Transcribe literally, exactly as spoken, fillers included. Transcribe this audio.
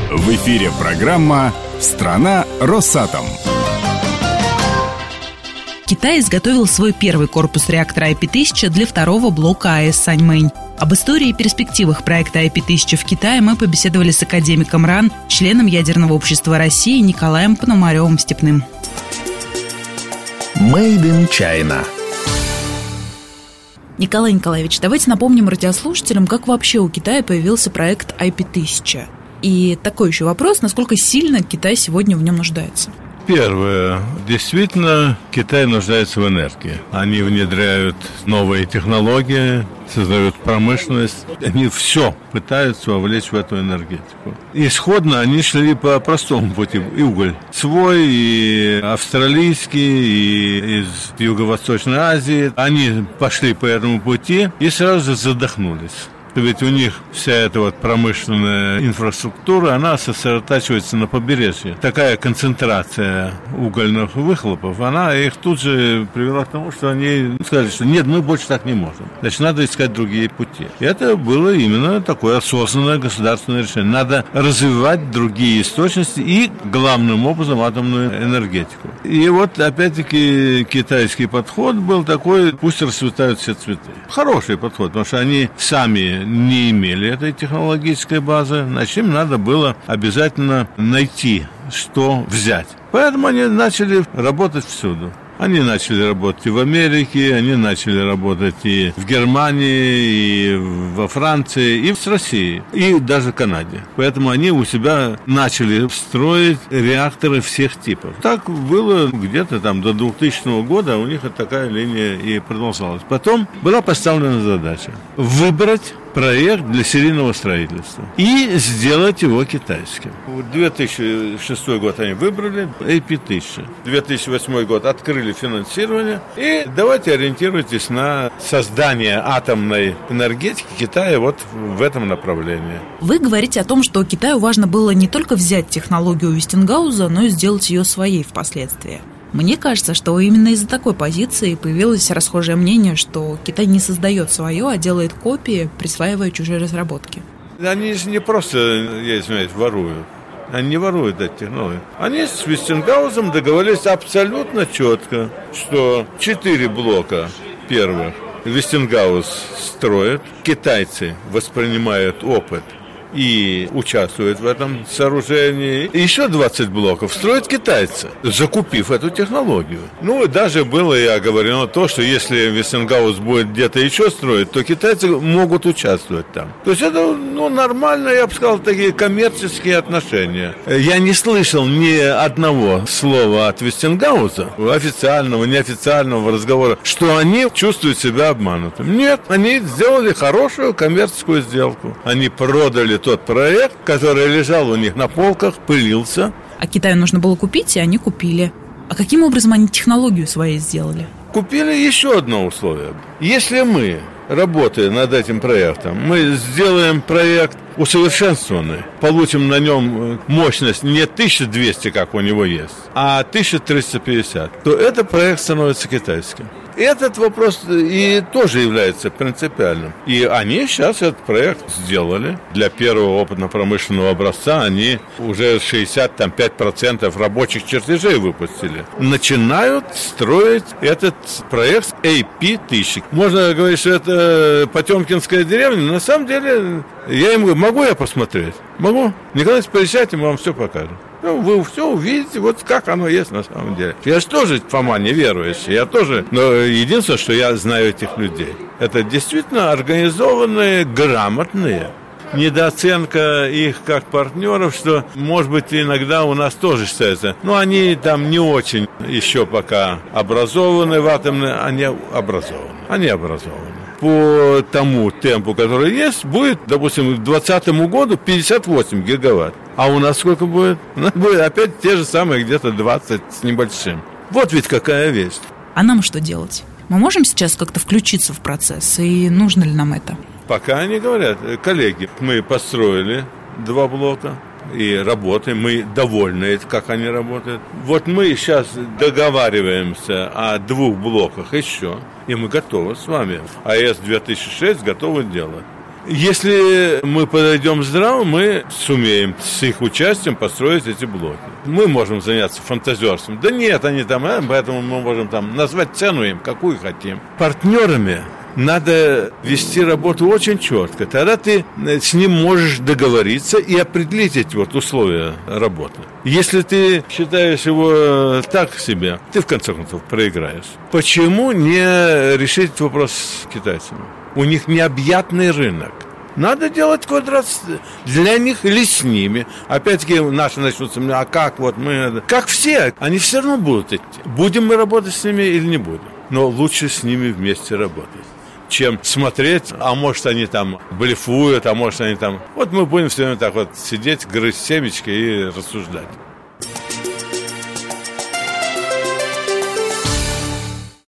В эфире программа «Страна Росатом». Китай изготовил свой первый корпус реактора ай пи тысяча для второго блока АЭС Саньмэнь. Об истории и перспективах проекта ай пи тысяча в Китае мы побеседовали с академиком РАН, членом Ядерного общества России Николаем Пономаревым-Степным. Made in China. Николай Николаевич, давайте напомним радиослушателям, как вообще у Китая появился проект ай пи тысяча. И такой еще вопрос, насколько сильно Китай сегодня в нем нуждается? Первое. Действительно, Китай нуждается в энергии. Они внедряют новые технологии, создают промышленность. Они все пытаются вовлечь в эту энергетику. Исходно они шли по простому пути. И уголь свой, и австралийский, и из Юго-Восточной Азии. Они пошли по этому пути и сразу же задохнулись. Ведь у них вся эта вот промышленная инфраструктура, она сосредотачивается на побережье. Такая концентрация угольных выхлопов, она их тут же привела к тому, что они сказали, что нет, мы больше так не можем. Значит, надо искать другие пути. И это было именно такое осознанное государственное решение. Надо развивать другие источники и, главным образом, атомную энергетику. И вот, опять-таки, китайский подход был такой, пусть расцветают все цветы. Хороший подход, потому что они сами не имели этой технологической базы, значит, им надо было обязательно найти, что взять. Поэтому они начали работать всюду. Они начали работать и в Америке, они начали работать и в Германии, и во Франции, и в России, и даже в Канаде. Поэтому они у себя начали строить реакторы всех типов. Так было где-то там до двухтысячного года, у них такая линия и продолжалась. Потом была поставлена задача выбрать проект для серийного строительства и сделать его китайским. В две тысячи шестой год они выбрали эй пи тысяча. две тысячи восьмой год открыли финансирование. И давайте ориентируйтесь на создание атомной энергетики Китая вот в этом направлении. Вы говорите о том, что Китаю важно было не только взять технологию Вестингауза, но и сделать ее своей впоследствии. Мне кажется, что именно из-за такой позиции появилось расхожее мнение, что Китай не создает свое, а делает копии, присваивая чужие разработки. Они же не просто, я извиняюсь, воруют. Они не воруют эти технологии. Они с Вестингаузом договорились абсолютно четко, что четыре блока первых Вестингаус строит, китайцы воспринимают опыт и участвуют в этом сооружении. И еще двадцать блоков строят китайцы, закупив эту технологию. Ну, и даже было и оговорено то, что если Вестингаус будет где-то еще строить, то китайцы могут участвовать там. То есть это, ну, нормально, я бы сказал, такие коммерческие отношения. Я не слышал ни одного слова от Вестингауза, официального, неофициального разговора, что они чувствуют себя обманутыми. Нет, они сделали хорошую коммерческую сделку. Они продали тот проект, который лежал у них на полках, пылился. А Китаю нужно было купить, и они купили. А каким образом они технологию своей сделали? Купили еще одно условие. Если мы, работая над этим проектом, мы сделаем проект усовершенствованный, получим на нем мощность не тысяча двести, как у него есть, а тысяча триста пятьдесят, то этот проект становится китайским. Этот вопрос и тоже является принципиальным. И они сейчас этот проект сделали. Для первого опытно-промышленного образца они уже шестьдесят пять процентов рабочих чертежей выпустили. Начинают строить этот проект эй пи тысяча. Можно говорить, что это Потемкинская деревня, но на самом деле я им говорю, могу я посмотреть? Могу. Николай, приезжайте, мы вам все покажем. Ну, вы все увидите, вот как оно есть на самом деле. Я же тоже, Фома, неверующий, я тоже. Но единственное, что я знаю этих людей, это действительно организованные, грамотные. Недооценка их как партнеров, что, может быть, иногда у нас тоже считается, ну, они там не очень еще пока образованы в атомной, они образованы, они образованы. По тому темпу, который есть, будет, допустим, к двадцатому году пятьдесят восемь гигаватт. А у нас сколько будет? У нас будет опять те же самые, где-то двадцать с небольшим. Вот ведь какая вещь. А нам что делать? Мы можем сейчас как-то включиться в процесс, и нужно ли нам это? Пока они говорят, коллеги, мы построили два блока и работаем, мы довольны, как они работают. Вот мы сейчас договариваемся о двух блоках еще, и мы готовы с вами. АЭС две тысячи шесть готовы делать. Если мы подойдем здраво, мы сумеем с их участием построить эти блоки. Мы можем заняться фантазерством. Да нет, они там, а, поэтому мы можем там назвать цену им, какую хотим. Партнерами надо вести работу очень четко. Тогда ты с ним можешь договориться и определить эти вот условия работы. Если ты считаешь его так себе, ты в конце концов проиграешь. Почему не решить этот вопрос с китайцами? У них необъятный рынок. Надо делать квадрат для них или с ними. Опять-таки наши начнутся, а как вот мы... Как все, они все равно будут идти. Будем мы работать с ними или не будем. Но лучше с ними вместе работать, чем смотреть, а может они там блефуют, а может они там... Вот мы будем все время так вот сидеть, грызть семечки и рассуждать.